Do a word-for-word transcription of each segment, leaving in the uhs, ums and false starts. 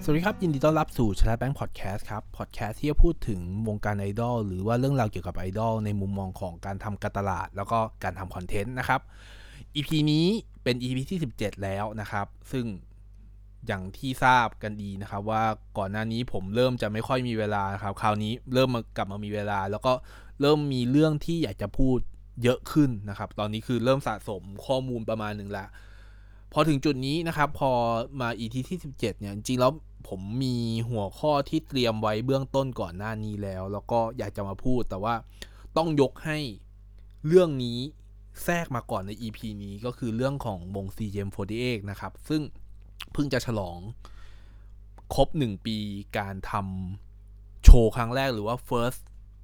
สวัสดีครับยินดีต้อนรับสู่ชนะแบงค์พอดแคสต์ครับพอดแคสต์ที่จะพูดถึงวงการไอดอลหรือว่าเรื่องราวเกี่ยวกับไอดอลในมุมมองของการทำการตลาดแล้วก็การทำคอนเทนต์นะครับ อี พี นี้เป็น อี พี ที่สิบเจ็ดแล้วนะครับซึ่งอย่างที่ทราบกันดีนะครับว่าก่อนหน้านี้ผมเริ่มจะไม่ค่อยมีเวลาครับคราวนี้เริ่มมากลับมามีเวลาแล้วก็เริ่มมีเรื่องที่อยากจะพูดเยอะขึ้นนะครับตอนนี้คือเริ่มสะสมข้อมูลประมาณหนึ่งแล้วพอถึงจุดนี้นะครับพอมา อี พี ที่สิบเจ็ดเนี่ยจริงๆแล้วผมมีหัวข้อที่เตรียมไว้เบื้องต้นก่อนหน้านี้แล้วแล้วก็อยากจะมาพูดแต่ว่าต้องยกให้เรื่องนี้แทรกมาก่อนใน อี พี นี้ก็คือเรื่องของวง ซี เจ เอ็ม สี่สิบแปดนะครับซึ่งเพิ่งจะฉลองครบหนึ่งปีการทำโชว์ครั้งแรกหรือว่า first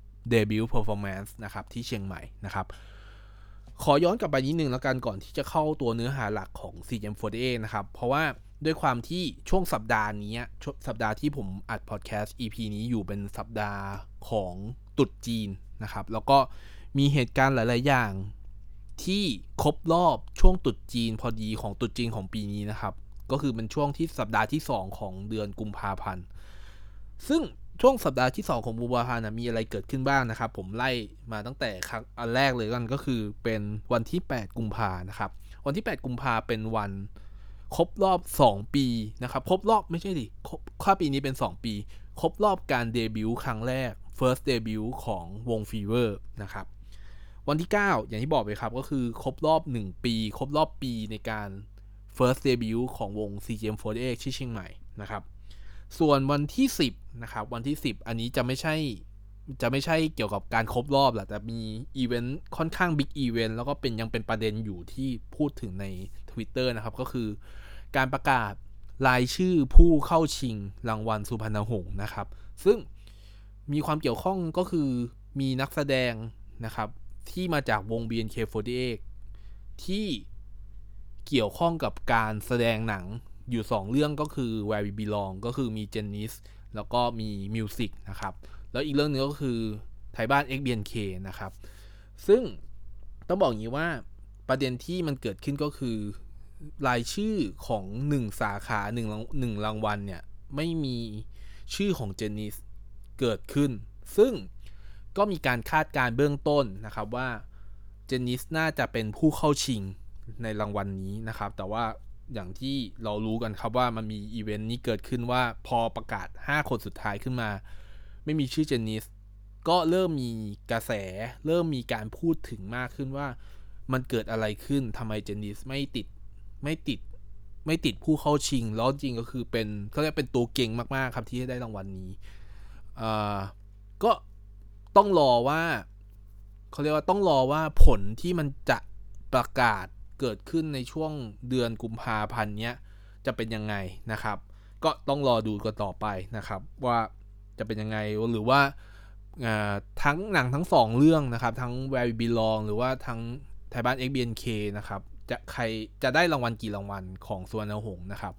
debut performance นะครับที่เชียงใหม่นะครับขอย้อนกลับไปนิดนึงแล้วกันก่อนที่จะเข้าตัวเนื้อหาหลักของ ซี เจ เอ็ม สี่สิบแปดนะครับเพราะว่าด้วยความที่ช่วงสัปดาห์นี้สัปดาห์ที่ผมอัดพอดแคสต์ อี พี นี้อยู่เป็นสัปดาห์ของตรุษจีนนะครับแล้วก็มีเหตุการณ์หลายๆอย่างที่ครบรอบช่วงตรุษจีนพอดีของตรุษจีนของปีนี้นะครับก็คือเป็นช่วงที่สัปดาห์ที่สองของเดือนกุมภาพันธ์ซึ่งช่วงสัปดาห์ที่สองของกุมภาพันธ์มีอะไรเกิดขึ้นบ้างนะครับผมไล่มาตั้งแต่ครั้งอันแรกเลยกันก็คือเป็นวันที่แปดกุมภาพันธ์นะครับวันที่แปดกุมภาพันธ์เป็นวันครบรอบสองปีนะครับครบรอบไม่ใช่ดิครบค่าปีนี้เป็นสองปีครบรอบการเดบิวต์ครั้งแรก first debut ของวง Fever นะครับวันที่เก้าอย่างที่บอกไปครับก็คือครบรอบหนึ่งปีครบรอบปีในการ first debut ของวง ซี เจ เอ็ม สี่สิบแปด ที่เชียงใหม่นะครับส่วนวันที่สิบนะครับวันที่สิบอันนี้จะไม่ใช่จะไม่ใช่เกี่ยวกับการครบรอบแหละแต่มีอีเวนต์ค่อนข้างบิ๊กอีเวนต์แล้วก็เป็นยังเป็นประเด็นอยู่ที่พูดถึงใน Twitter นะครับก็คือการประกาศรายชื่อผู้เข้าชิงรางวัลสุพรรณหงส์นะครับซึ่งมีความเกี่ยวข้องก็คือมีนักแสดงนะครับที่มาจากวง บี เอ็น เค สี่สิบแปด ที่เกี่ยวข้องกับการแสดงหนังอยู่สองเรื่องก็คือ Where We Belong ก็คือมี Janice แล้วก็มี Music นะครับแล้วอีกเรื่องนึงก็คือไทยบ้าน X บี เอ็น เค นะครับซึ่งต้องบอกอย่างนี้ว่าประเด็นที่มันเกิดขึ้นก็คือรายชื่อของหนึ่งสาขาหนึ่งหนึ่งรางวัลเนี่ยไม่มีชื่อของ Janice เกิดขึ้นซึ่งก็มีการคาดการเบื้องต้นนะครับว่าเจนนิสน่าจะเป็นผู้เข้าชิงในรางวัล น, นี้นะครับแต่ว่าอย่างที่เรารู้กันครับว่ามันมีอีเวนต์นี้เกิดขึ้นว่าพอประกาศห้าคนสุดท้ายขึ้นมาไม่มีชื่อเจนนิสก็เริ่มมีกระแสเริ่มมีการพูดถึงมากขึ้นว่ามันเกิดอะไรขึ้นทำไมเจนนิสไม่ติดไม่ติดไม่ติดผู้เข้าชิงแล้วจริงก็คือเป็นเขาเรียกเป็นตัวเก่งมากๆครับที่ได้รางวัล น, นี้อ่าก็ต้องรอว่าเขาเรียกว่าต้องรอว่าผลที่มันจะประกาศเกิดขึ้นในช่วงเดือนกุมภาพันธ์เนี้ยจะเป็นยังไงนะครับก็ต้องรอดูกันต่อไปนะครับว่าจะเป็นยังไงหรือว่าทั้งหนังทั้งสองเรื่องนะครับทั้ง Where We Belong หรือว่าทั้งไทยบ้าน X บี เอ็น เค นะครับจะใครจะได้รางวัลกี่รางวัลของสุวรรณหงส์นะครับ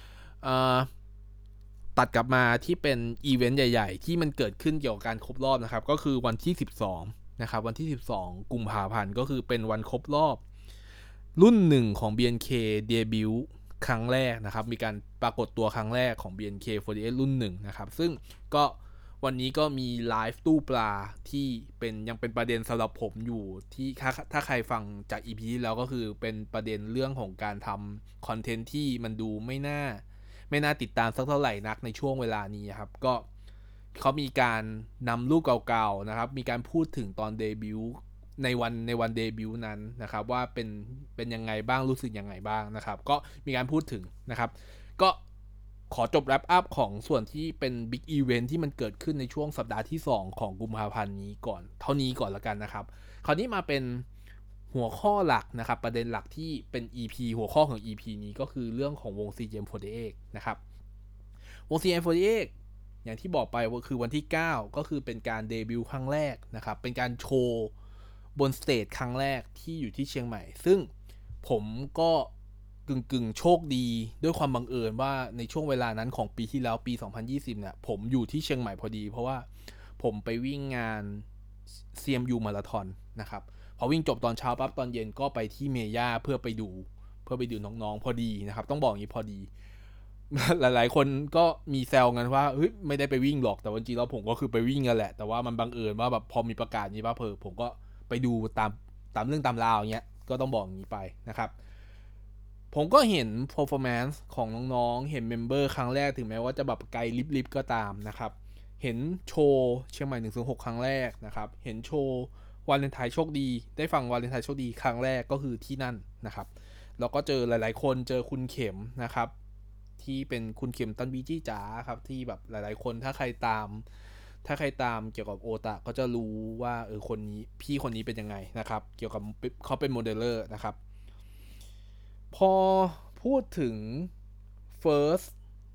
ตัดกลับมาที่เป็นอีเวนต์ใหญ่ๆที่มันเกิดขึ้นเกี่ยวกับการครบรอบนะครับก็คือวันที่สิบสองนะครับวันที่สิบสองกุมภาพันธ์ก็คือเป็นวันครบรอบรุ่นหนึ่งของ บี เอ็น เค เดบิวต์ครั้งแรกนะครับมีการปรากฏตัวครั้งแรกของ บี เอ็น เค สี่สิบแปด รุ่นหนึ่งนะครับซึ่งก็วันนี้ก็มีไลฟ์ตู้ปลาที่เป็นยังเป็นประเด็นสำหรับผมอยู่ที่ถ้าใครฟังจาก อี พี ที่แล้วก็คือเป็นประเด็นเรื่องของการทำคอนเทนต์ที่มันดูไม่น่าไม่น่าติดตามสักเท่าไหร่นักในช่วงเวลานี้ครับก็เขามีการนำรูปเก่าๆนะครับมีการพูดถึงตอนเดบิวต์ในวันในวันเดบิวต์นั้นนะครับว่าเป็นเป็นยังไงบ้างรู้สึกยังไงบ้างนะครับก็มีการพูดถึงนะครับก็ขอจบแรปอัพของส่วนที่เป็นบิ๊กอีเวนท์ที่มันเกิดขึ้นในช่วงสัปดาห์ที่สองของกุมภาพันธ์นี้ก่อนเท่านี้ก่อนละกันนะครับคราวนี้มาเป็นหัวข้อหลักนะครับประเด็นหลักที่เป็น อี พี หัวข้อของ อี พี นี้ก็คือเรื่องของวง ซี เจ เอ็ม สี่สิบแปด นะครับวง ซี เจ เอ็ม สี่สิบแปด อย่างที่บอกไปว่าคือวันที่เก้าก็คือเป็นการเดบิวต์ครั้งแรกนะครับเป็นการโชว์บนสเตจครั้งแรกที่อยู่ที่เชียงใหม่ซึ่งผมก็กึ่งๆโชคดีด้วยความบังเอิญว่าในช่วงเวลานั้นของปีที่แล้วปีสองพันยี่สิบเนี่ยผมอยู่ที่เชียงใหม่พอดีเพราะว่าผมไปวิ่งงาน ซี เอ็ม ยู มาราธอนนะครับพอวิ่งจบตอนเช้าปั๊บตอนเย็นก็ไปที่เมย่าเพื่อไปดูเพื่อไปดูน้องๆพอดีนะครับต้องบอกอย่างนี้พอดีหลายๆคนก็มีแซวกันว่าเฮ้ยไม่ได้ไปวิ่งหรอกแต่จริงๆแล้วผมก็คือไปวิ่งกันแหละแต่ว่ามันบังเอิญว่าแบบพอมีประกาศนี้ป่ะเพอผมก็ไปดูตามตามเรื่องตามราวอย่างเงี้ยก็ต้องบอกอย่างนี้ไปนะครับผมก็เห็น performance ของน้องๆเห็นเมมเบอร์ครั้งแรกถึงแม้ว่าจะแบบไกลลิบๆก็ตามนะครับเห็นโชว์เชียงใหม่หนึ่งศูนย์หกครั้งแรกนะครับเห็นโชว์วาเลนไทน์โชคดีได้ฟังวาเลนไทน์โชคดีครั้งแรกก็คือที่นั่นนะครับแล้วก็เจอหลายๆคนเจอคุณเข็มนะครับที่เป็นคุณเข็มตันบีจี้จ๋าครับที่แบบหลายๆคนถ้าใครตามถ้าใครตามเกี่ยวกับโอตาก็จะรู้ว่าเออคนนี้พี่คนนี้เป็นยังไงนะครับเกี่ยวกับเขาเป็นโมเดลเลอร์นะครับพอพูดถึง first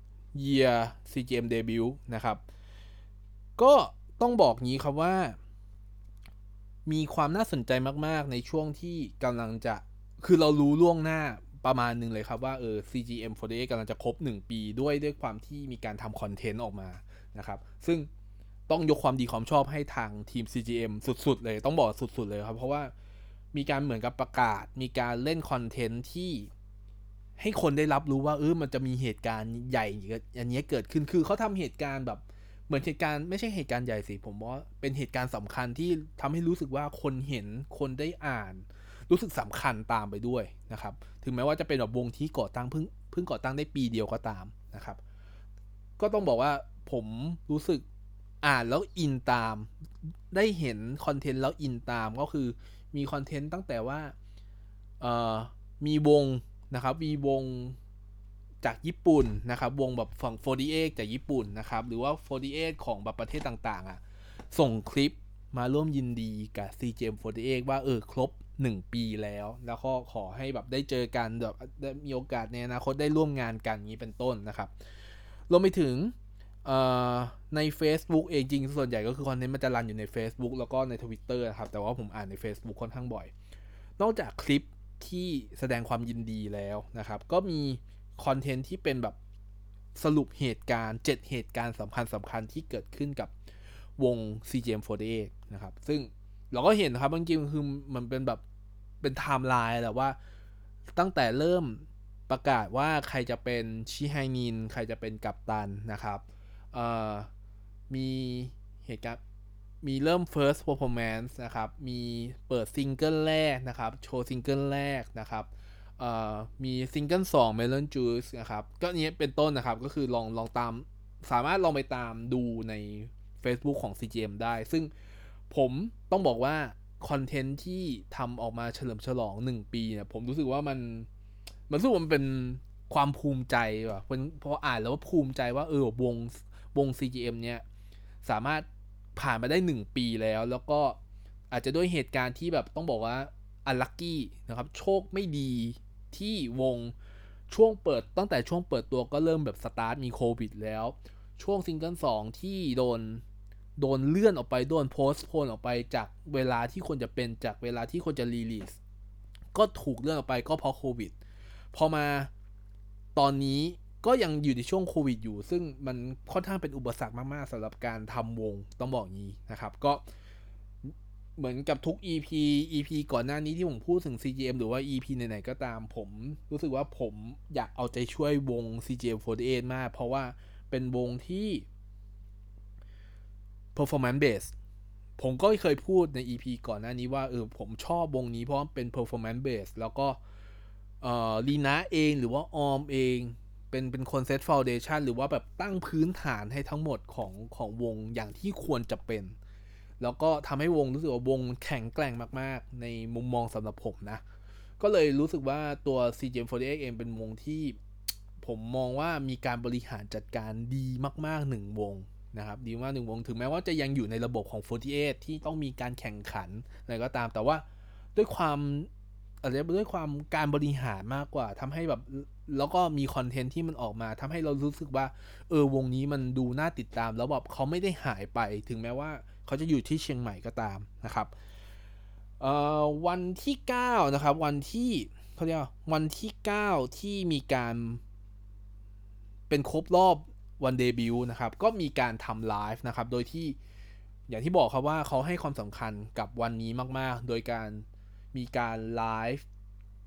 year ซี จี เอ็ม debut นะครับก็ต้องบอกงี้ครับว่ามีความน่าสนใจมากๆในช่วงที่กำลังจะคือเรารู้ล่วงหน้าประมาณนึงเลยครับว่าเออ ซี จี เอ็ม สี่สิบเอ็ด กำลังจะครบหนึ่งปีด้วยด้วยความที่มีการทำคอนเทนต์ออกมานะครับซึ่งต้องยกความดีความชอบให้ทางทีม ซี จี เอ็ม สุดๆเลยต้องบอกสุดๆเลยครับเพราะว่ามีการเหมือนกับประกาศมีการเล่นคอนเทนต์ที่ให้คนได้รับรู้ว่าเออมันจะมีเหตุการณ์ใหญ่อันนี้เกิดขึ้นคือเขาทำเหตุการณ์แบบเหมือนเหตุการณ์ไม่ใช่เหตุการณ์ใหญ่สิผมว่าเป็นเหตุการณ์สำคัญที่ทำให้รู้สึกว่าคนเห็นคนได้อ่านรู้สึกสำคัญตามไปด้วยนะครับถึงแม้ว่าจะเป็นแบบวงที่ก่อตั้งเพิ่งเพิ่งก่อตั้งได้ปีเดียวก็ตามนะครับก็ต้องบอกว่าผมรู้สึกอ่านแล้วอินตามได้เห็นคอนเทนต์แล้วอินตามก็คือมีคอนเทนต์ตั้งแต่ว่าเอ่อมีวงนะครับมีวงจากญี่ปุ่นนะครับวงแบบฝั่งโฟร์ตี้เอทจากญี่ปุ่นนะครับหรือว่าโฟร์ตี้เอทของแบบประเทศต่างๆอ่ะส่งคลิปมาร่วมยินดีกับ ซี จี เอ็ม สี่สิบเอ็ด ว่าเออครบหนึ่งปีแล้วแล้วก็ขอให้แบบได้เจอกันแบบได้มีโอกาสในอนาคตได้ร่วมงานกันนี้เป็นต้นนะครับรวมไปถึงใน Facebook เองจริงส่วนใหญ่ก็คือคอนเทนต์มันจะรันอยู่ใน Facebook แล้วก็ใน Twitter นะครับแต่ว่าผมอ่านใน Facebook ค่อนข้างบ่อยนอกจากคลิปที่แสดงความยินดีแล้วนะครับก็มีคอนเทนต์ที่เป็นแบบสรุปเหตุการณ์เจ็ดเหตุการณ์สำคัญสำคัญที่เกิดขึ้นกับวง ซี จี เอ็ม สี่สิบเอ็ด นะครับซึ่งเราก็เห็นนะครับจริงๆคือมันเป็นแบบเป็นไทม์ไลน์แหละว่าตั้งแต่เริ่มประกาศว่าใครจะเป็นชิไฮนินใครจะเป็นกัปตันนะครับมีเหตุการณ์มีเริ่ม first performance นะครับมีเปิดซิงเกิลแรกนะครับโชว์ซิงเกิลแรกนะครับมีซิงเกิลสอง Melon Juice นะครับก็นี้เป็นต้นนะครับก็คือลองลองตามสามารถลองไปตามดูใน Facebook ของ ซี จี เอ็ม ได้ซึ่งผมต้องบอกว่าคอนเทนต์ที่ทำออกมาเฉลิมฉลองหนึ่งปีเนี่ยผมรู้สึกว่ามันมันรู้สึกว่ามันเป็นความภูมิใจว่ะพออ่านแล้วว่าภูมิใจว่าเออวงวง ซี จี เอ็ม เนี่ยสามารถผ่านมาได้หนึ่งปีแล้วแล้วก็อาจจะด้วยเหตุการณ์ที่แบบต้องบอกว่าอันลัคกี้นะครับโชคไม่ดีที่วงช่วงเปิดตั้งแต่ช่วงเปิดตัวก็เริ่มแบบสตาร์ทมีโควิดแล้วช่วงซิงเกิลสองที่โดนโดนเลื่อนออกไปโดนโพสต์โพนออกไปจากเวลาที่ควรจะเป็นจากเวลาที่ควรจะรีลีสก็ถูกเลื่อนออกไปก็เพราะโควิดพอมาตอนนี้ก็ยังอยู่ในช่วงโควิดอยู่ซึ่งมันค่อนข้างเป็นอุปสรรคมากๆสำหรับการทำวงต้องบอกงี้นะครับก็เหมือนกับทุก อี พี อี พี ก่อนหน้านี้ที่ผมพูดถึง ซี จี เอ็ม หรือว่า อี พี ไหนๆก็ตามผมรู้สึกว่าผมอยากเอาใจช่วยวง ซี จี เอ็ม สี่สิบเอ็ด มากเพราะว่าเป็นวงที่ performance base ผมก็เคยพูดใน อี พี ก่อนหน้านี้ว่าเออผมชอบวงนี้เพราะเป็น performance base แล้วก็เอ่อลีน่าเองหรือว่าออมเองเป็นเป็นคนเซตฟาวเดชันหรือว่าแบบตั้งพื้นฐานให้ทั้งหมดของของวงอย่างที่ควรจะเป็นแล้วก็ทำให้วงรู้สึกว่าวงแข็งแกร่งมากๆในมุมมองสำหรับผมนะก็เลยรู้สึกว่าตัว ซี จี เอ็ม สี่สิบเอ็ด เองเป็นวงที่ผมมองว่ามีการบริหารจัดการดีมากๆหนึ่งวงนะครับดีมากหนึ่งวงถึงแม้ว่าจะยังอยู่ในระบบของสี่สิบเอ็ดที่ต้องมีการแข่งขันอะไรก็ตามแต่ว่าด้วยความอะไรด้วยความการบริหารมากกว่าทำให้แบบแล้วก็มีคอนเทนต์ที่มันออกมาทำให้เรารู้สึกว่าเออวงนี้มันดูน่าติดตามแล้วแบบเขาไม่ได้หายไปถึงแม้ว่าเขาจะอยู่ที่เชียงใหม่ก็ตามนะครับเอ่อวันที่เก้านะครับวันที่เขาเรียกวันที่เก้าที่มีการเป็นครบรอบวันเดบิวต์นะครับก็มีการทำไลฟ์นะครับโดยที่อย่างที่บอกครับว่าเขาให้ความสำคัญกับวันนี้มากๆโดยการมีการไลฟ์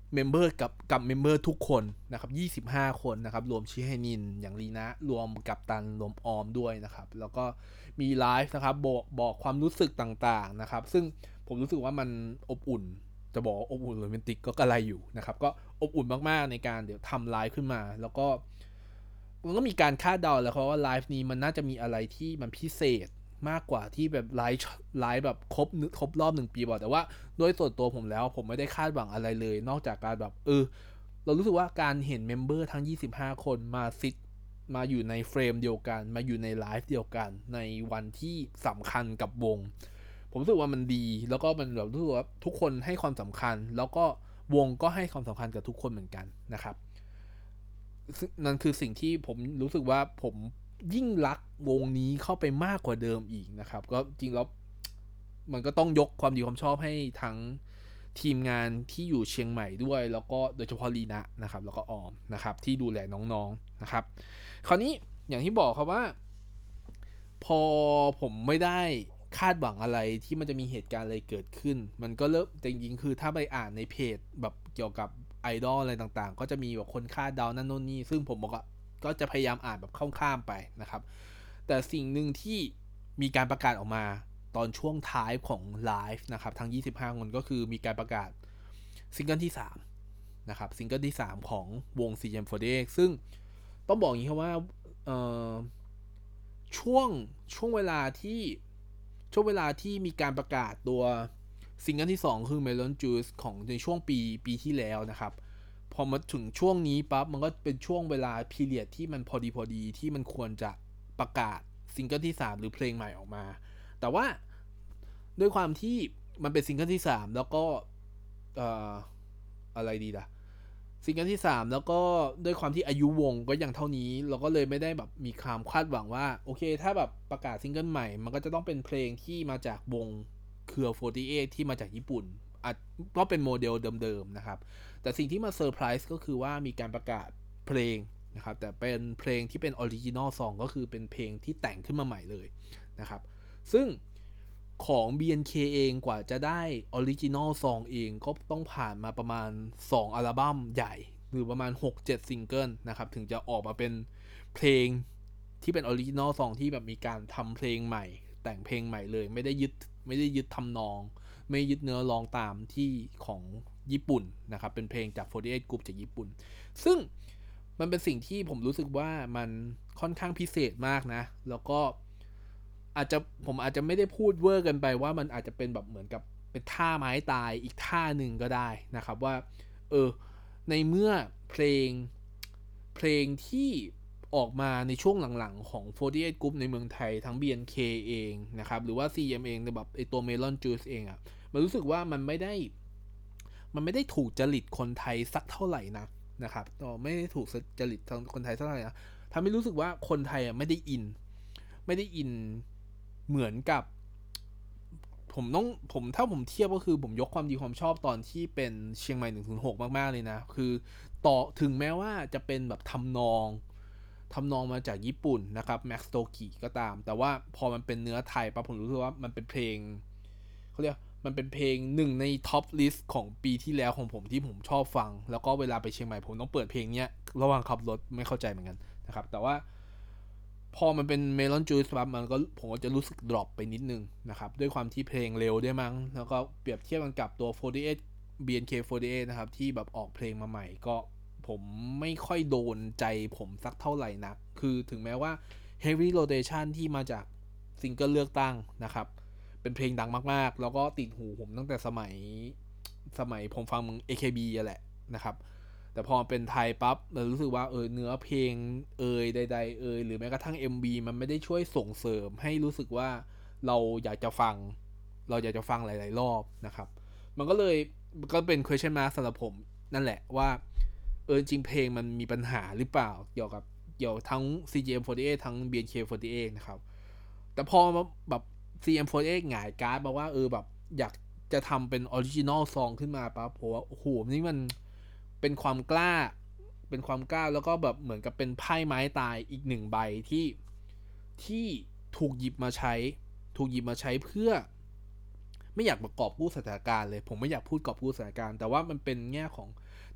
เมมเบอร์กับกับเมมเบอร์ทุกคนนะครับยี่สิบห้าคนนะครับรวมชิเฮนินอย่างลีนะรวมกับตันรวมออมด้วยนะครับแล้วก็มีไลฟ์นะครับบอกบอกความรู้สึกต่างๆนะครับซึ่งผมรู้สึกว่ามันอบอุ่นจะบอกอบอุ่นโรแมนติกก็กระไรอยู่นะครับก็อบอุ่นมากๆในการเดี๋ยวทำไลฟ์ขึ้นมาแล้วก็มันก็มีการคาดเดาแล้วเพราะว่าไลฟ์นี้มันน่าจะมีอะไรที่มันพิเศษมากกว่าที่แบบไลฟ์ไลฟ์แบบครบครบรอบหนึ่งปีบอกแต่ว่าโดยส่วนตัวผมแล้วผมไม่ได้คาดหวังอะไรเลยนอกจากการแบบเออเรารู้สึกว่าการเห็นเมมเบอร์ทั้งยี่สิบห้าคนมาซิทมาอยู่ในเฟรมเดียวกันมาอยู่ในไลฟ์เดียวกันในวันที่สำคัญกับวงผมรู้สึกว่ามันดีแล้วก็มันแบบรู้สึกว่าทุกคนให้ความสำคัญแล้วก็วงก็ให้ความสำคัญกับทุกคนเหมือนกันนะครับนั่นคือสิ่งที่ผมรู้สึกว่าผมยิ่งรักวงนี้เข้าไปมากกว่าเดิมอีกนะครับก็จริงแล้วมันก็ต้องยกความดีความชอบให้ทั้งทีมงานที่อยู่เชียงใหม่ด้วยแล้วก็โดยเฉพาะลีนะนะครับแล้วก็ออมนะครับที่ดูแลน้องๆนะครับคราวนี้อย่างที่บอกครับว่าพอผมไม่ได้คาดหวังอะไรที่มันจะมีเหตุการณ์อะไรเกิดขึ้นมันก็เริ่มจริงๆคือถ้าไปอ่านในเพจแบบเกี่ยวกับไอดอลอะไรต่างๆก็จะมีแบบคนคาดเดานั่นโน่นนี่ซึ่งผมบอกก็จะพยายามอ่านแบบข้ามๆไปนะครับแต่สิ่งหนึ่งที่มีการประกาศออกมาตอนช่วงท้ายของไลฟ์นะครับทั้งยี่สิบห้าคนก็คือมีการประกาศซิงเกิลที่สามนะครับซิงเกิลที่สามของวง ซี เอ็ม โฟร์ตี้เอท ซึ่งต้องบอกอย่างนี้ครับว่าเอ่อช่วงช่วงเวลาที่ช่วงเวลาที่มีการประกาศตัวซิงเกิลที่สองคือ Melon Juice ของในช่วงปีปีที่แล้วนะครับพอมาถึงช่วงนี้ปั๊บมันก็เป็นช่วงเวลาพีเรียดที่มันพอดีพอดีที่มันควรจะประกาศซิงเกิลที่สามหรือเพลงใหม่ออกมาแต่ว่าด้วยความที่มันเป็นซิงเกิลที่สามแล้วก็เอ่ออะไรดีล่ะซิงเกิลที่สามแล้วก็ด้วยความที่อายุวงก็ยังเท่านี้เราก็เลยไม่ได้แบบมีความคาดหวังว่าโอเคถ้าแบบประกาศซิงเกิลใหม่มันก็จะต้องเป็นเพลงที่มาจากวงเครือโฟร์ตี้เอทที่มาจากญี่ปุ่นอาจก็เป็นโมเดลเดิมๆนะครับแต่สิ่งที่มาเซอร์ไพรส์ก็คือว่ามีการประกาศเพลงนะครับแต่เป็นเพลงที่เป็นออริจินอลซองก็คือเป็นเพลงที่แต่งขึ้นมาใหม่เลยนะครับซึ่งของ บี เอ็น เค เองกว่าจะได้ออริจินอลซองเองก็ต้องผ่านมาประมาณสองอัลบั้มใหญ่หรือประมาณ หกเจ็ด ซิงเกิลนะครับถึงจะออกมาเป็นเพลงที่เป็นออริจินอลซองที่แบบมีการทำเพลงใหม่แต่งเพลงใหม่เลยไม่ได้ยึดไม่ได้ยึดทำนองไม่ยึดเนื้อร้องตามที่ของญี่ปุ่นนะครับเป็นเพลงจากโฟร์ตี้เอท Group จากญี่ปุ่นซึ่งมันเป็นสิ่งที่ผมรู้สึกว่ามันค่อนข้างพิเศษมากนะแล้วก็อาจจะผมอาจจะไม่ได้พูดเวอร์กันไปว่ามันอาจจะเป็นแบบเหมือนกับเป็นท่าไม้ตายอีกท่าหนึ่งก็ได้นะครับว่าเออในเมื่อเพลงเพลงที่ออกมาในช่วงหลังๆของโฟร์ตี้เอท Group ในเมืองไทยทั้ง บี เอ็น เค เองนะครับหรือว่า ซี เอ็ม เองในแบบไอตัว Melon Juice เองอะมันรู้สึกว่ามันไม่ได้มันไม่ได้ถูกจริตคนไทยสักเท่าไหร่นะนะครับก็ไม่ได้ถูกจริตคนไทยเท่าไหร่นะทำให้รู้สึกว่าคนไทยอ่ะไม่ได้อินไม่ได้อินเหมือนกับผมต้องผมถ้าผมเทียบก็คือผมยกความดีความชอบตอนที่เป็นเชียงใหม่หนึ่งศูนย์หกมากๆเลยนะคือต่อถึงแม้ว่าจะเป็นแบบทำนองทำนองมาจากญี่ปุ่นนะครับแม็กซ์โตกิก็ตามแต่ว่าพอมันเป็นเนื้อไทยปั๊บผมรู้สึกว่ามันเป็นเพลงเขาเรียกมันเป็นเพลงหนึ่งในท็อปลิสต์ของปีที่แล้วของผมที่ผมชอบฟังแล้วก็เวลาไปเชียงใหม่ผมต้องเปิดเพลงเนี้ยระหว่างขับรถไม่เข้าใจเหมือนกันนะครับแต่ว่าพอมันเป็นเมลอนจูสปั๊บมันก็ผมก็จะรู้สึกดรอปไปนิดนึงนะครับด้วยความที่เพลงเร็วด้วยมั้งแล้วก็เปรียบเทียบกันกับตัวโฟร์ตี้เอท บี เอ็น เค โฟร์ตี้เอท นะครับที่แบบออกเพลงมาใหม่ก็ผมไม่ค่อยโดนใจผมสักเท่าไหร่นักคือถึงแม้ว่า Heavy Rotation ที่มาจากซิงเกิลเลือกตั้งนะครับเป็นเพลงดังมากๆแล้วก็ติดหูผมตั้งแต่สมัยสมัยผมฟัง เอ เค บี อ่ะแหละนะครับแต่พอเป็นไทยปั๊บเรารู้สึกว่าเออเนื้อเพลงเอยใดๆเอยหรือแม้กระทั่ง เอ็ม วี มันไม่ได้ช่วยส่งเสริมให้รู้สึกว่าเราอยากจะฟังเราอยากจะฟังหลายๆรอบนะครับมันก็เลยก็เป็น question mark สำหรับผมนั่นแหละว่าเออจริงเพลงมันมีปัญหาหรือเปล่าเกี่ยวกับเกี่ยวทั้ง ซี จี เอ็ม โฟร์ตี้เอท ทั้ง บี เอ็น เค โฟร์ตี้เอท นะครับแต่พอแบบ ซี เอ็ม โฟร์ตี้เอท หงายการ์ดมาว่าเออแบบอยากจะทำเป็นออริจินอลซองขึ้นมาปั๊บผมว่าโอ้โหนี่มันเป็นความกล้าเป็นความกล้าแล้วก็แบบเหมือนกับเป็นไพ่ไม้ตายอีกหนึ่งใบที่ที่ถูกหยิบมาใช้ถูกหยิบมาใช้เพื่อไม่อยากประกอบกู้สถานการณ์เลยผมไม่อยากพูดกอบกู้สถานการณ์แต่ว่ามันเป็นแง่ของ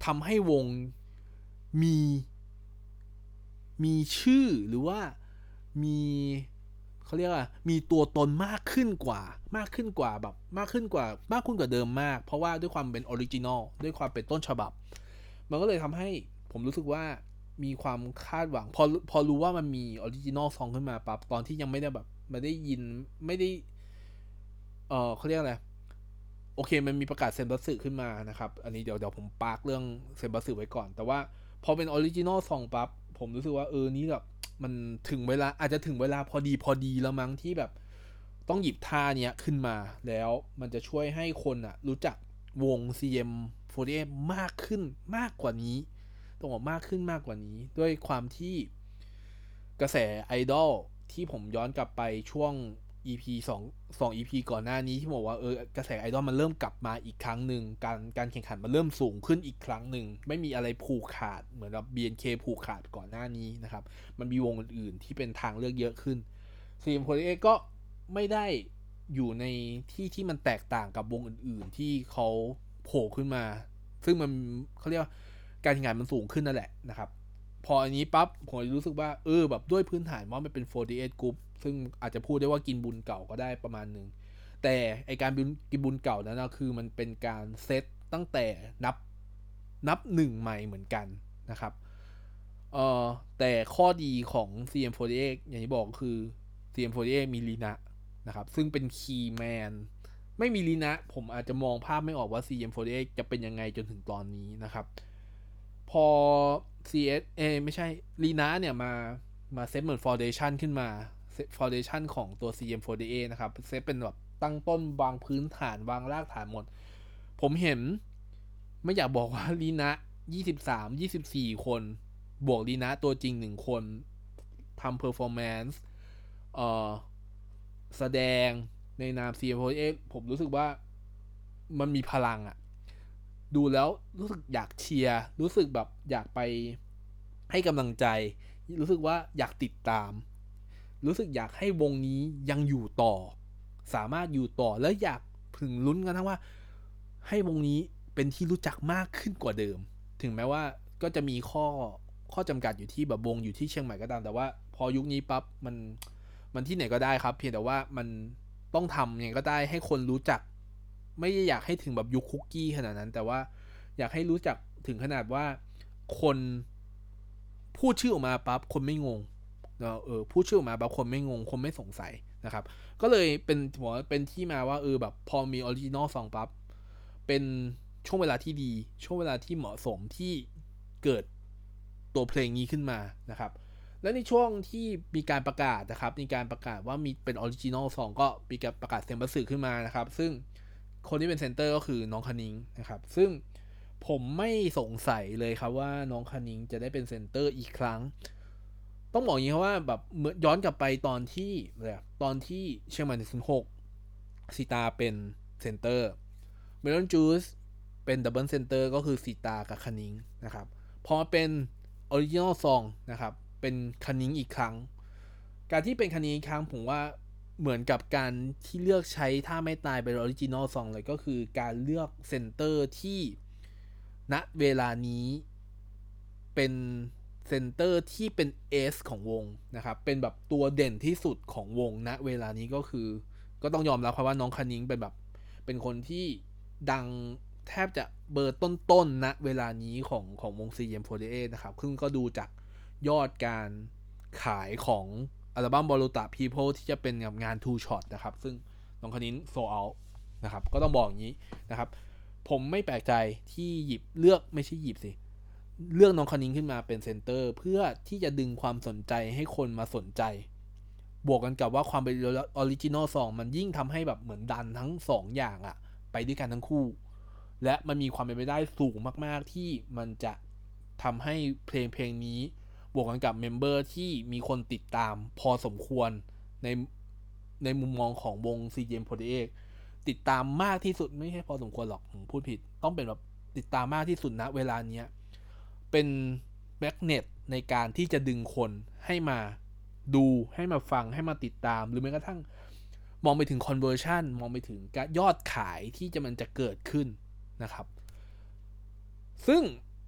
ทำให้วงมีมีชื่อหรือว่ามีเขาเรียกว่ามีตัวตนมากขึ้นกว่ามากขึ้นกว่าแบบมากขึ้นกว่ามากขึ้นกว่าเดิมมากเพราะว่าด้วยความเป็นออริจินอลด้วยความเป็นต้นฉบับมันก็เลยทำให้ผมรู้สึกว่ามีความคาดหวังพอพอรู้ว่ามันมีออริจินอลซองขึ้นมาปั๊บตอนที่ยังไม่ได้แบบไม่ได้ยินไม่ได้เออเขาเรียกอะไรโอเคมันมีประกาศเซนบัสึขึ้นมานะครับอันนี้เดี๋ยวเดี๋ยวผมปาร์กเรื่องเซนบัสึไว้ก่อนแต่ว่าพอเป็นออริจินอลซองปั๊บผมรู้สึกว่าเออนี่แบบมันถึงเวลาอาจจะถึงเวลาพอดีพอดีแล้วมั้งที่แบบต้องหยิบท่าเนี้ยขึ้นมาแล้วมันจะช่วยให้คนอ่ะรู้จักวง ซี เอ็ม โฟร์ตี้เอท มากขึ้นมากกว่านี้ต้องบอกมากขึ้นมากกว่านี้ด้วยความที่กระแสไอดอลที่ผมย้อนกลับไปช่วง อี พี สอง สอง อี พี ก่อนหน้านี้ที่บอกว่าเออกระแสไอดอลมันเริ่มกลับมาอีกครั้งหนึ่งการการแข่งขันมันเริ่มสูงขึ้นอีกครั้งหนึ่งไม่มีอะไรผูกขาดเหมือนกับ บี เอ็น เค ผูกขาดก่อนหน้านี้นะครับมันมีวงอื่นๆที่เป็นทางเลือกเยอะขึ้น ซี เอ็ม โฟร์ตี้เอท ก็ไม่ได้อยู่ในที่ที่มันแตกต่างกับวงอื่นๆที่เขาโผล่ขึ้นมาซึ่งมันเขาเรียกว่าการแข่งขันมันสูงขึ้นนั่นแหละนะครับพออันนี้ปั๊บผมรู้สึกว่าเออแบบด้วยพื้นฐานว่ามันเป็นโฟร์ตี้เอท Group ซึ่งอาจจะพูดได้ว่ากินบุญเก่าก็ได้ประมาณนึงแต่ไอการกินบุญเก่านั้นนะคือมันเป็นการเซตตั้งแต่นับนับหนึ่งใหม่เหมือนกันนะครับเอ่อแต่ข้อดีของ ซี เอ็ม โฟร์ตี้เอท อย่างที่บอกคือ ซี เอ็ม โฟร์ตี้เอท มีลีนะนะครับซึ่งเป็นคีย์แมนไม่มีลีนะผมอาจจะมองภาพไม่ออกว่า ซี เอ็ม โฟร์ตี้เอท จะเป็นยังไงจนถึงตอนนี้นะครับพอ ซี เอส เอไม่ใช่ลีนะเนี่ยมามาเซตเหมือน foundation ขึ้นมาเซต foundation ของตัว ซี เอ็ม โฟร์ตี้เอท นะครับเซตเป็นแบบตั้งต้นวางพื้นฐานวางรากฐานหมดผมเห็นไม่อยากบอกว่าลีนะยี่สิบสาม ยี่สิบสี่คนบวกลีนะตัวจริงหนึ่งคนทำ performance เอ่อแสดงในนาม ซี เอ็ม โฟร์ตี้เอท ผมรู้สึกว่ามันมีพลังอะดูแล้วรู้สึกอยากเชียร์รู้สึกแบบอยากไปให้กำลังใจรู้สึกว่าอยากติดตามรู้สึกอยากให้วงนี้ยังอยู่ต่อสามารถอยู่ต่อและอยากถึงลุ้นกันทั้งว่าให้วงนี้เป็นที่รู้จักมากขึ้นกว่าเดิมถึงแม้ว่าก็จะมีข้อข้อจำกัดอยู่ที่แบบวงอยู่ที่เชียงใหม่ก็ตามแต่ว่าพอยุคนี้ปั๊บมันมันที่ไหนก็ได้ครับเพียงแต่ว่ามันต้องทำยังไงก็ได้ให้คนรู้จักไม่ได้อยากให้ถึงแบบยุคคุกกี้ขนาดนั้นแต่ว่าอยากให้รู้จักถึงขนาดว่าคนพูดชื่อออกมาปั๊บคนไม่งงเออพูดชื่อออกมาปั๊บคนไม่งงคนไม่สงสัยนะครับก็เลยเป็นหัวเป็นที่มาว่าเออแบบพอมีออริจินอลซองปั๊บเป็นช่วงเวลาที่ดีช่วงเวลาที่เหมาะสมที่เกิดตัวเพลงนี้ขึ้นมานะครับและในช่วงที่มีการประกาศนะครับมีการประกาศว่ามีเป็นออริจินอลซองก็มีการประกาศเซนบัสึขึ้นมานะครับซึ่งคนที่เป็นเซนเตอร์ก็คือน้องคณิงนะครับซึ่งผมไม่สงสัยเลยครับว่าน้องคณิงจะได้เป็นเซนเตอร์อีกครั้งต้องบอกอย่างนี้ครับว่าแบบเมื่อย้อนกลับไปตอนที่เลยตอนที่เชียงใหม่หนึ่งศูนย์หกสีตาเป็นเซนเตอร์เมลอนจูสเป็นดับเบิลเซนเตอร์ก็คือสีตากับคณิงนะครับพอเป็นออริจินอลซองนะครับเป็นคณิงอีกครั้งการที่เป็นคณิงอีกครั้งผมว่าเหมือนกับการที่เลือกใช้ท่าไม่ตายเป็นออริจินอลซองเลยก็คือการเลือกเซนเตอร์ที่ณเวลานี้เป็นเซนเตอร์ที่เป็นเอสของวงนะครับเป็นแบบตัวเด่นที่สุดของวงณเวลานี้ก็คือก็ต้องยอมรับครับว่าน้องคณิงเป็นแบบเป็นคนที่ดังแทบจะเบอร์ต้นๆณเวลานี้ของของวง ซี เอ็ม โฟร์ตี้เอท นะครับซึ่งก็ดูจากยอดการขายของอัลบั้ม Boruta People ที่จะเป็นงาน Two Shot นะครับซึ่งน้องคณิงโซเอาท์นะครับก็ต้องบอกอย่างนี้นะครับผมไม่แปลกใจที่หยิบเลือกไม่ใช่หยิบสิเลือกน้องคณิงขึ้นมาเป็นเซนเตอร์เพื่อที่จะดึงความสนใจให้คนมาสนใจบวกกันกับว่าความเป็นออริจินอลซองมันยิ่งทำให้แบบเหมือนดันทั้งสองอย่างอะไปด้วยกันทั้งคู่และมันมีความเป็นไปได้สูงมากๆที่มันจะทำให้เพลงเพลงนี้บวกกันกับเมมเบอร์ที่มีคนติดตามพอสมควรในในมุมมองของวง ซี เอ็ม โฟร์ตี้เอท ติดตามมากที่สุดไม่ใช่พอสมควรหรอกผมพูดผิดต้องเป็นแบบติดตามมากที่สุดณเวลาเนี้ยเป็นแมกเนตในการที่จะดึงคนให้มาดูให้มาฟังให้มาติดตามหรือแม้กระทั่งมองไปถึง conversion มองไปถึงยอดขายที่จะมันจะเกิดขึ้นนะครับซึ่ง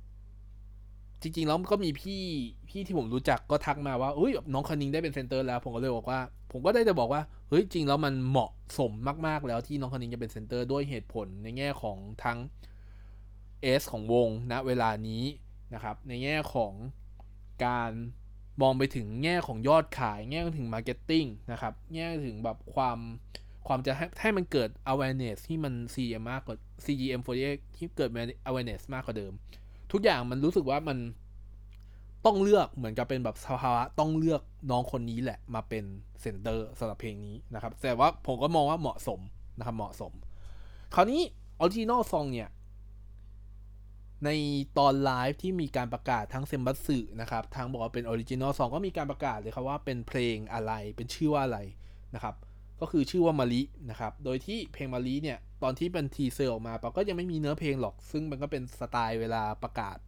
จริงๆแล้วก็มีพี่พี่ที่ผมรู้จักก็ทักมาว่าเอ้ยน้องคณิงได้เป็นเซนเตอร์แล้วผมก็เลยบอกว่าผมก็ได้แต่บอกว่าเฮ้ยจริงแล้วมันเหมาะสมมากๆแล้วที่น้องคณิงจะเป็นเซนเตอร์ด้วยเหตุผลในแง่ของทั้งเอสของวงณเวลานี้นะครับในแง่ของการมองไปถึงแง่ของยอดขายแง่ถึงมาร์เก็ตติ้งนะครับแง่ถึงแบบความความจะให้ให้มันเกิด awareness ที่มัน ซี จี เอ็ม มากกว่า ซี จี เอ็ม สี่สิบเอ็ด ที่เกิด awareness มากกว่าเดิมทุกอย่างมันรู้สึกว่ามันต้องเลือกเหมือนกับเป็นแบบสภาวะต้องเลือกน้องคนนี้แหละมาเป็นเซนเตอร์สำหรับเพลงนี้นะครับแต่ว่าผมก็มองว่าเหมาะสมนะครับเหมาะสมคราวนี้ออริจินอลซองเนี่ยในตอนไลฟ์ที่มีการประกาศทั้งเซมบัตสึนะครับทั้งบอกว่าเป็นออริจินอลซองก็มีการประกาศเลยครับว่าเป็นเพลงอะไรเป็นชื่อว่าอะไรนะครับก็คือชื่อว่ามารินะครับโดยที่เพลงมาริเนี่ยตอนที่เป็นทีเซอร์ออกมาปะก็ยังไม่มีเนื้อเพลงหรอกซึ่งมันก็เป็นสไตล์เวลาประกาศ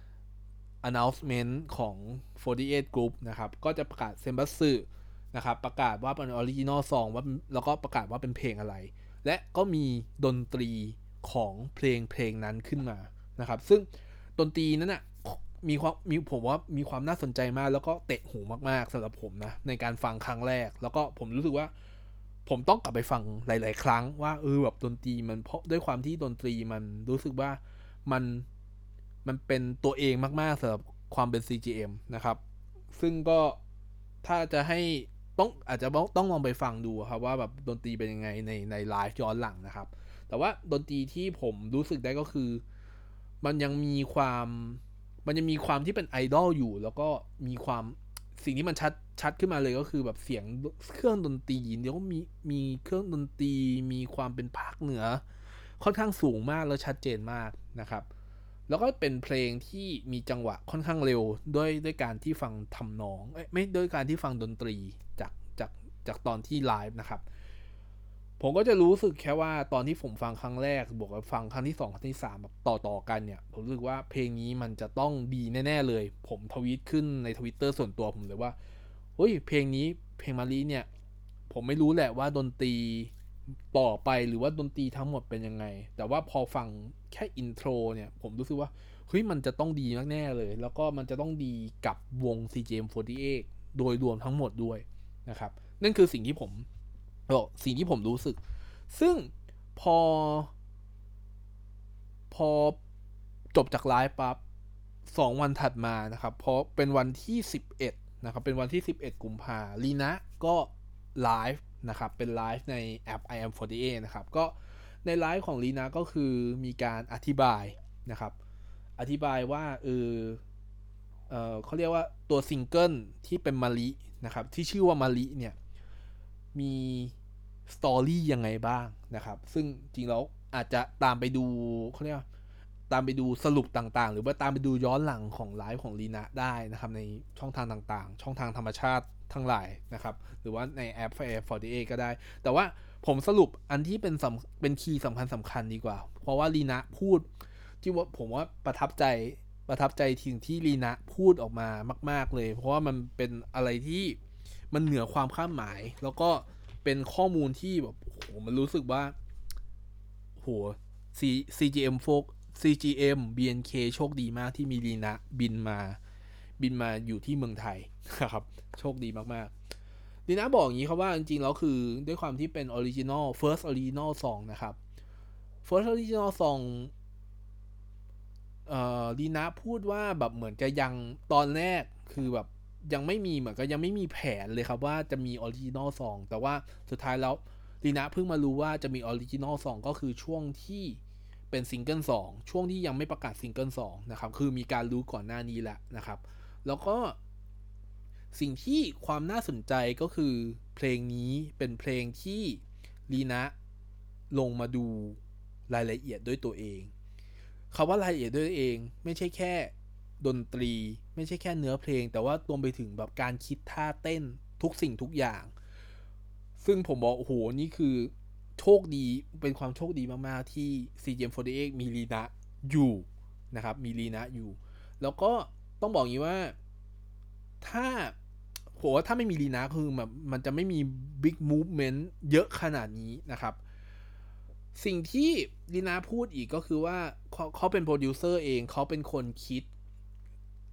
announcement ของสี่สิบเอ็ด Group นะครับก็จะประกาศเซมบัตสึนะครับประกาศว่าเป็นออริจินอลซองว่าแล้วก็ประกาศว่าเป็นเพลงอะไรและก็มีดนตรีของเพลงเพลงนั้นขึ้นมานะครับซึ่งดนตรีนั้นน่ะมีความมีผมว่ามีความน่าสนใจมากแล้วก็เตะหูมากๆสำหรับผมนะในการฟังครั้งแรกแล้วก็ผมรู้สึกว่าผมต้องกลับไปฟังหลายๆครั้งว่าเออแบบดนตรีมันเพราะด้วยความที่ดนตรีมันรู้สึกว่ามันมันเป็นตัวเองมากๆสำหรับความเป็น ซี จี เอ็ม นะครับซึ่งก็ถ้าจะให้ต้องอาจจะต้องลองไปฟังดูครับว่าแบบดนตรีเป็นยังไงในในไลฟ์ย้อนหลังนะครับแต่ว่าดนตรีที่ผมรู้สึกได้ก็คือมันยังมีความมันยังมีความที่เป็นไอดอลอยู่แล้วก็มีความสิ่งที่มันชัดชัดขึ้นมาเลยก็คือแบบเสียงเครื่องดนตรีเดี๋ยวก็มีมีเครื่องดนตรีมีความเป็นภาคเหนือค่อนข้างสูงมากแล้วชัดเจนมากนะครับแล้วก็เป็นเพลงที่มีจังหวะค่อนข้างเร็วด้วยด้วยการที่ฟังทำนองไม่ด้วยการที่ฟังดนตรีจากจากจากตอนที่ไลฟ์นะครับผมก็จะรู้สึกแค่ว่าตอนที่ผมฟังครั้งแรกบวกกับฟังครั้งที่สองครั้งที่สามแบบต่อๆกันเนี่ยผมรู้สึกว่าเพลงนี้มันจะต้องดีแน่ๆเลยผมทวีตขึ้นใน Twitter ส่วนตัวผมเลยว่าเฮ้ยเพลงนี้เพลงมารีเนี่ยผมไม่รู้แหละว่าดนตรีต่อไปหรือว่าดนตรีทั้งหมดเป็นยังไงแต่ว่าพอฟังแค่อินโทรเนี่ยผมรู้สึกว่าเฮ้ยมันจะต้องดีแน่ๆเลยแล้วก็มันจะต้องดีกับวง ซี จี เอ็ม สี่สิบเอ็ด โดยรวมทั้งหมดด้วยนะครับนั่นคือสิ่งที่ผมเออสิ่งที่ผมรู้สึกซึ่งพอพอจบจากไลฟ์ปั๊บสองวันถัดมานะครับเพราะเป็นวันที่สิบเอ็ดนะครับเป็นวันที่สิบเอ็ดกุมภาพันธ์ลีนะก็ไลฟ์นะครับเป็นไลฟ์ในแอป I am สี่สิบเอ็ดนะครับก็ในไลฟ์ของลีนะก็คือมีการอธิบายนะครับอธิบายว่าเออเออเขาเรียกว่าตัวซิงเกิลที่เป็นมารินะครับที่ชื่อว่ามาริเนี่ยมีสตอรี่ยังไงบ้างนะครับซึ่งจริงแล้วอาจจะตามไปดูเขาเรียกว่าตามไปดูสรุปต่างๆหรือว่าตามไปดูย้อนหลังของไลฟ์ของลีนะได้นะครับในช่องทางต่างๆช่องทางธรรมชาติทั้งหลายนะครับหรือว่าในแอป สี่สิบเอ็ด ก็ได้แต่ว่าผมสรุปอันที่เป็นเป็นคีย์สำคัญสำคัญดีกว่าเพราะว่าลีนะพูดที่ว่าผมว่าประทับใจประทับใจสิ่งที่ลีนะพูดออกมามากๆเลยเพราะว่ามันเป็นอะไรที่มันเหนือความคาดหมายแล้วก็เป็นข้อมูลที่แบบโหมันรู้สึกว่าโห ซี จี เอ็ม โฟก ซี จี เอ็ม บี เอ็น เค โชคดีมากที่มีลีนะบินมาบินมาอยู่ที่เมืองไทยนะครับโชคดีมากๆลีนะบอกอย่างนี้ครับว่าจริงๆแล้วคือด้วยความที่เป็นออริจินอล first original song นะครับ first original song เอ่อลีนะพูดว่าแบบเหมือนจะยังตอนแรกคือแบบยังไม่มีเหมือนก็ยังไม่มีแผนเลยครับว่าจะมีออริจินอลซองแต่ว่าสุดท้ายแล้วลีนะเพิ่งมารู้ว่าจะมีออริจินอลซองก็คือช่วงที่เป็นซิงเกิลสองช่วงที่ยังไม่ประกาศซิงเกิลสองนะครับคือมีการรู้ก่อนหน้านี้แหละนะครับแล้วก็สิ่งที่ความน่าสนใจก็คือเพลงนี้เป็นเพลงที่ลีนะลงมาดูรายละเอียดด้วยตัวเองคำว่ารายละเอียดด้วยตัวเองไม่ใช่แค่ดนตรีไม่ใช่แค่เนื้อเพลงแต่ว่ารวมไปถึงแบบการคิดท่าเต้นทุกสิ่งทุกอย่างซึ่งผมบอกโอ้โหนี่คือโชคดีเป็นความโชคดีมากๆที่ ซี จี เอ็ม สี่สิบเอ็ด มีลีนะอยู่นะครับมีลีนะอยู่แล้วก็ต้องบอกอย่างนี้ว่าถ้าโหถ้าไม่มีลีนะคือแบบมันจะไม่มี Big Movement เยอะขนาดนี้นะครับสิ่งที่ลีนาพูดอีกก็คือว่าเขาเขาเป็นโปรดิวเซอร์เองเขาเป็นคนคิด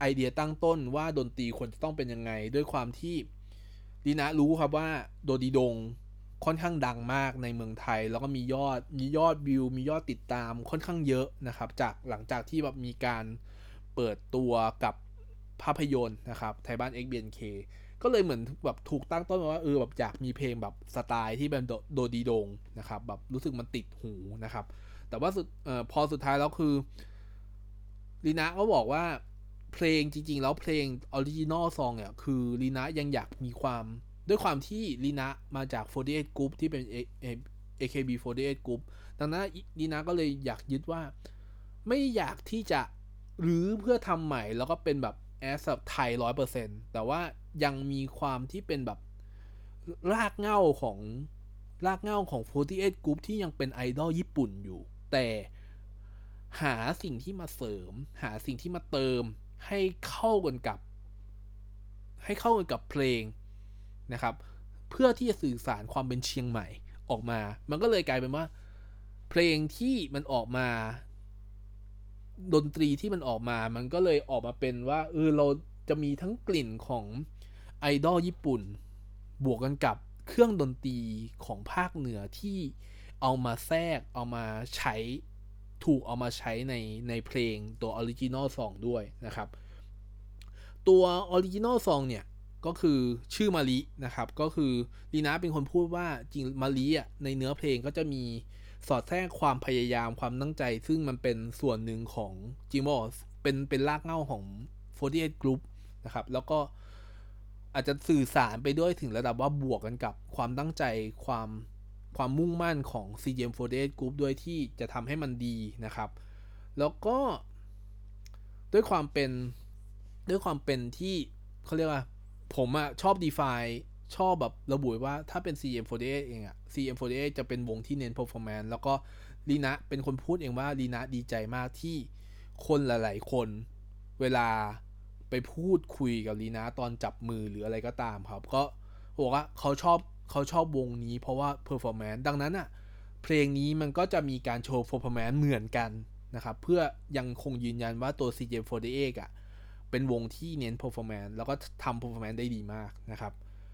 อเดียตั้งต้นว่าดนตรีควรจะต้องเป็นยังไงด้วยความที่ลีนะรู้ครับว่าโดดีดงค่อนข้างดังมากในเมืองไทยแล้วก็มียอดมียอดวิวมียอดติดตามค่อนข้างเยอะนะครับจากหลังจากที่แบบมีการเปิดตัวกับภาพยนตร์นะครับไทยบ้าน เอ็กซ์ บี เอ็น เค ก็เลยเหมือนแบบถูกตั้งต้นมาว่าเออแบบอยากมีเพลงแบบสไตล์ที่เป็นโดดีดงนะครับแบบรู้สึกมันติดหูนะครับแต่ว่าสุดเอ่อพอสุดท้ายแล้วคือลีนะก็บอกว่าเพลงจริงๆแล้วเพลงออริจินอลซองเนี่ยคือลีนะยังอยากมีความด้วยความที่ลีนะมาจากสี่สิบเอ็ด Group ที่เป็น เอ เค บี สี่สิบเอ็ด Group ดังนั้นลีนะก็เลยอยากยึดว่าไม่อยากที่จะรื้อเพื่อทำใหม่แล้วก็เป็นแบบแอสแบบไทย ร้อยเปอร์เซ็นต์ แต่ว่ายังมีความที่เป็นแบบรากเหง้าของรากเหง้าของสี่สิบเอ็ด Group ที่ยังเป็นไอดอลญี่ปุ่นอยู่แต่หาสิ่งที่มาเสริมหาสิ่งที่มาเติมให้เข้ากันกับให้เข้ากันกับเพลงนะครับเพื่อที่จะสื่อสารความเป็นเชียงใหม่ออกมามันก็เลยกลายเป็นว่าเพลงที่มันออกมาดนตรีที่มันออกมามันก็เลยออกมาเป็นว่าเออเราจะมีทั้งกลิ่นของไอดอลญี่ปุ่นบวกกันกับเครื่องดนตรีของภาคเหนือที่เอามาแทรกเอามาใช้ถูกเอามาใช้ในในเพลงตัวออริจินอลซองด้วยนะครับตัวออริจินอลซองเนี่ยก็คือชื่อมารินะครับก็คือลีนะเป็นคนพูดว่าจริงมาริอ่ะในเนื้อเพลงก็จะมีสอดแทรกความพยายามความตั้งใจซึ่งมันเป็นส่วนหนึ่งของจิมอสเป็นเป็นรากเหง้าของสี่สิบเอ็ด Group นะครับแล้วก็อาจจะสื่อสารไปด้วยถึงระดับว่าบวกกันกับความตั้งใจความความมุ่งมั่นของ ซี จี เอ็ม สี่สิบเอ็ด Group ด้วยที่จะทำให้มันดีนะครับแล้วก็ด้วยความเป็นด้วยความเป็นที่เขาเรียกว่าผมอะชอบ define ชอบแบบระบุว่าถ้าเป็น ซี เอ็ม สี่สิบเอ็ด เองอะ ซี เอ็ม สี่สิบเอ็ด จะเป็นวงที่เน้น performance แล้วก็ลีนะเป็นคนพูดเองว่าลีนะดีใจมากที่คนหลายๆคนเวลาไปพูดคุยกับลีนะตอนจับมือหรืออะไรก็ตามครับก็บอกว่าเขาชอบเขาชอบวงนี้เพราะว่า performance ดังนั้นอะเพลงนี้มันก็จะมีการโชว์ performance เหมือนกันนะครับเพื่อยังคงยืนยันว่าตัว ซี จี เอ็ม สี่สิบเอ็ด อ่ะเป็นวงที่เน้น performance แล้วก็ทำ performance ได้ดีมากนะครับ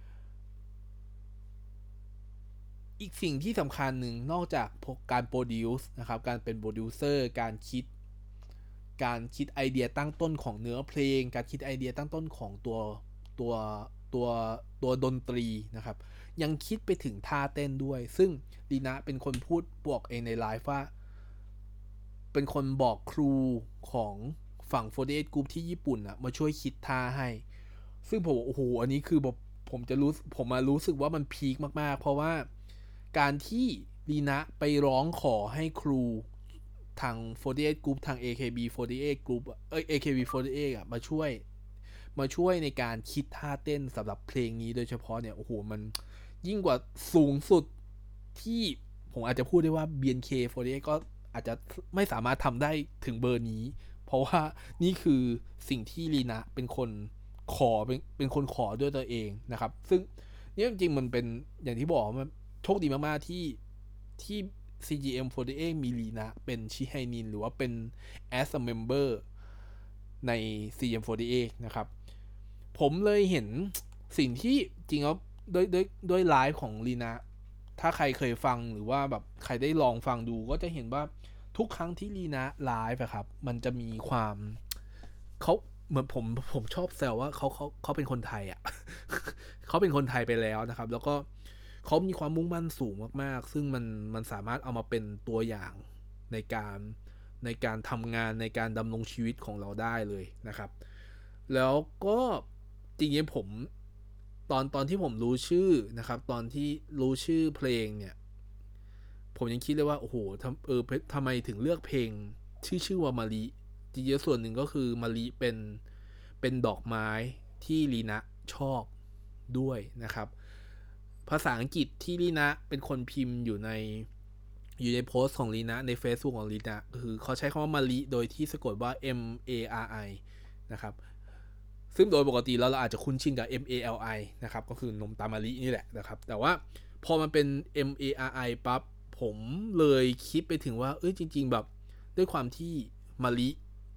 อีกสิ่งที่สำคัญหนึ่งนอกจากการ produce นะครับการเป็น producer การคิดการคิดไอเดียตั้งต้นของเนื้อเพลงการคิดไอเดียตั้งต้นของตัวตัวตัวตัวดนตรีนะครับยังคิดไปถึงท่าเต้นด้วยซึ่งลีนะเป็นคนพูดบอกเองในไลฟ์ว่าเป็นคนบอกครูของฝั่งสี่สิบเอ็ด Group ที่ญี่ปุ่นอะมาช่วยคิดท่าให้ซึ่งผมโอ้โหอันนี้คือแบบผมจะรู้ผมมารู้สึกว่ามันพีคมากๆเพราะว่าการที่ลีนะไปร้องขอให้ครูทางสี่สิบเอ็ด Group ทาง เอ เค บี สี่สิบเอ็ด Group เอ้ย เอ เค บี สี่สิบเอ็ด อ่ะมาช่วยมาช่วยในการคิดท่าเต้นสำหรับเพลงนี้โดยเฉพาะเนี่ยโอ้โหมันยิ่งกว่าสูงสุดที่ผมอาจจะพูดได้ว่า บี เอ็น เค สี่สิบเอ็ด ก็อาจจะไม่สามารถทำได้ถึงเบอร์นี้เพราะว่านี่คือสิ่งที่ลีนะเป็นคนขอเป็นเป็นคนขอด้วยตัวเองนะครับซึ่งนี่จริงๆมันเป็นอย่างที่บอกมันโชคดีมากๆที่ที่ ซี จี เอ็ม สี่สิบเอ็ด มีลีนะเป็นชิไฮนินหรือว่าเป็น as a member ใน ซี จี เอ็ม สี่สิบเอ็ด นะครับผมเลยเห็นสิ่งที่จริงแล้วด้วยด้วยด้วยไลฟ์ของลีนะถ้าใครเคยฟังหรือว่าแบบใครได้ลองฟังดูก็จะเห็นว่าทุกครั้งที่ลีนะไลฟ์อะครับมันจะมีความเขาเหมือนผมผมชอบแซวว่าเขาเขาเขาเป็นคนไทยอะ เขาเป็นคนไทยไปแล้วนะครับแล้วก็เขามีความมุ่งมั่นสูงมากๆซึ่งมันมันสามารถเอามาเป็นตัวอย่างในการในการทำงานในการดำรงชีวิตของเราได้เลยนะครับแล้วก็จริงๆผมตอนตอนที่ผมรู้ชื่อนะครับตอนที่รู้ชื่อเพลงเนี่ยผมยังคิดเลยว่าโอ้โหทำเออทำไมถึงเลือกเพลงชื่อชื่อว่ามาริจริงๆส่วนหนึ่งก็คือมาริเป็นเป็นดอกไม้ที่ลีนะชอบด้วยนะครับภาษาอังกฤษที่ลีนะเป็นคนพิมพ์อยู่ในอยู่ในโพสต์ของลีนะใน Facebook ของลีนะคือเขาใช้คำว่ามาริโดยที่สะกดว่า M A R I นะครับซึ่งโดยปกติแล้วเราอาจจะคุ้นชินกับ M A L I นะครับก็คือนมตามารินี่แหละนะครับแต่ว่าพอมันเป็น M A R I ปั๊บผมเลยคิดไปถึงว่าเอ้ยจริงๆแบบด้วยความที่มาริ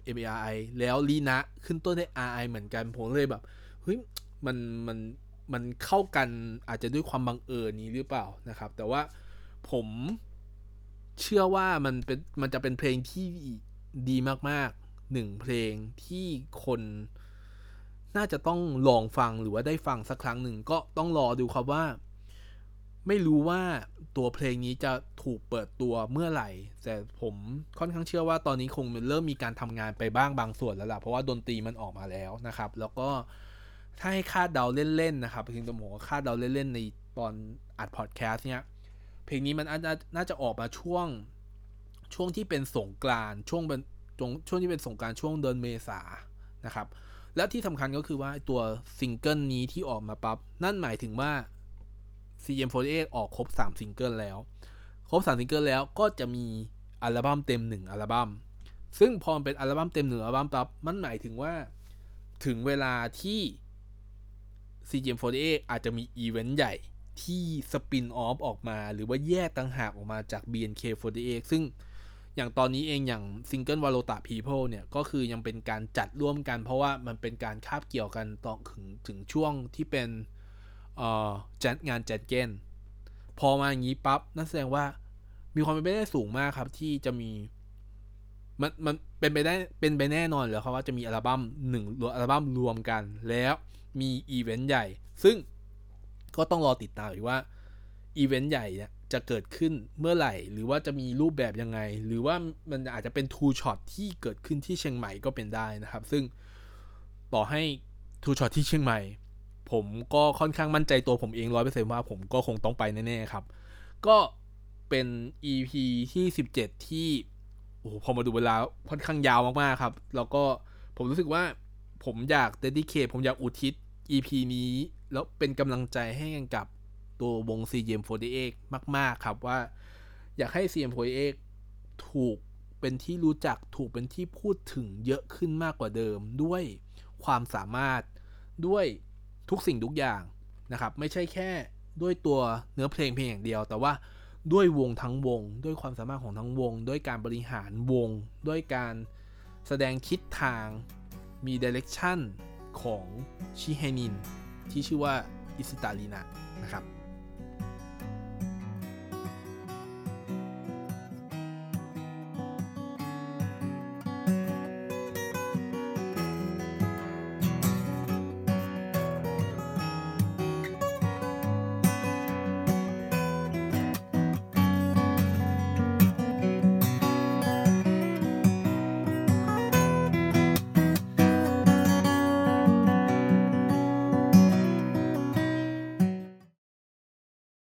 เอ็ม เอ อาร์ ไอ แล้วลีนะขึ้นต้นด้วย อาร์ ไอ เหมือนกันผมเลยแบบเฮ้ยมันมันมันเข้ากันอาจจะด้วยความบังเอิญนี้หรือเปล่านะครับแต่ว่าผมเชื่อว่ามันเป็นมันจะเป็นเพลงที่ดีมากๆหนึ่งเพลงที่คนน่าจะต้องลองฟังหรือว่าได้ฟังสักครั้งหนึ่งก็ต้องรอดูครับว่าไม่รู้ว่าตัวเพลงนี้จะถูกเปิดตัวเมื่อไหร่แต่ผมค่อนข้างเชื่อว่าตอนนี้คงเริ่มมีการทำงานไปบ้างบางส่วนแล้วล่ะเพราะว่าดนตรีมันออกมาแล้วนะครับแล้วก็ถ้าให้คาดเดาเล่นๆนะครับเพลงตัวหมูคาดเดาเล่นๆในตอนอัดพอดแคสต์เนี้ยเพลงนี้มันน่าจะออกมาช่วงช่วงที่เป็นสงกรานต์ช่วงเป็นช่วงที่เป็นสงกรานต์ช่วงเดือนเมษานะครับและที่สำคัญก็คือว่าตัวซิงเกิลนี้ที่ออกมาปั๊บนั่นหมายถึงว่า ซี เอ็ม โฟร์ตี้เอท ออกครบสามซิงเกิลแล้วครบสามซิงเกิลแล้วก็จะมีอัลบั้มเต็มหนึ่งอัลบั้มซึ่งพอเป็นอัลบั้มเต็มหนึ่งอัลบั้มปั๊บมันหมายถึงว่าถึงเวลาที่ ซี เอ็ม โฟร์ตี้เอท อาจจะมีอีเวนต์ใหญ่ที่สปินออฟออกมาหรือว่าแยกต่างหากออกมาจาก บี เอ็น เค โฟร์ตี้เอท ซึ่งอย่างตอนนี้เองอย่างซิงเกิล Valota People เนี่ยก็คือยังเป็นการจัดร่วมกันเพราะว่ามันเป็นการคาบเกี่ยวกันต่อถึงถึงช่วงที่เป็นเอ่อจัดงานแจดเก้นพอมาอย่างนี้ปั๊บนั่นแสดงว่ามีความเป็นไปได้สูงมากครับที่จะมีมันมันเป็นไปได้เป็นไปแน่นอนเลยครับว่าจะมีอัลบั้มหนึ่งอัลบั้มรวมกันแล้วมีอีเวนต์ใหญ่ซึ่งก็ต้องรอติดตามอีกว่าอีเวนต์ใหญ่เนี่ยจะเกิดขึ้นเมื่อไหร่หรือว่าจะมีรูปแบบยังไงหรือว่ามันอาจจะเป็น two shot ที่เกิดขึ้นที่เชียงใหม่ก็เป็นได้นะครับซึ่งต่อให้ two shot ที่เชียงใหม่ผมก็ค่อนข้างมั่นใจตัวผมเอง ร้อยเปอร์เซ็นต์ ว่าผมก็คงต้องไปแน่ๆครับก็เป็น อี พี ที่สิบเจ็ดที่โอ้พอมาดูเวลาค่อนข้างยาวมากๆครับแล้วก็ผมรู้สึกว่าผมอยาก dedicate ผมอยากอุทิศ อี พี นี้แล้วเป็นกำลังใจให้กับตัววง ซี เอ็ม โฟร์ตี้เอท มากๆครับว่าอยากให้ ซี เอ็ม โฟร์ตี้เอท ถูกเป็นที่รู้จักถูกเป็นที่พูดถึงเยอะขึ้นมากกว่าเดิมด้วยความสามารถด้วยทุกสิ่งทุกอย่างนะครับไม่ใช่แค่ด้วยตัวเนื้อเพลงเพียงอย่างเดียวแต่ว่าด้วยวงทั้งวงด้วยความสามารถของทั้งวงด้วยการบริหารวงด้วยการแสดงทิศทางมี direction ของชิเฮนินที่ชื่อว่าอิสตาลีนะนะครับ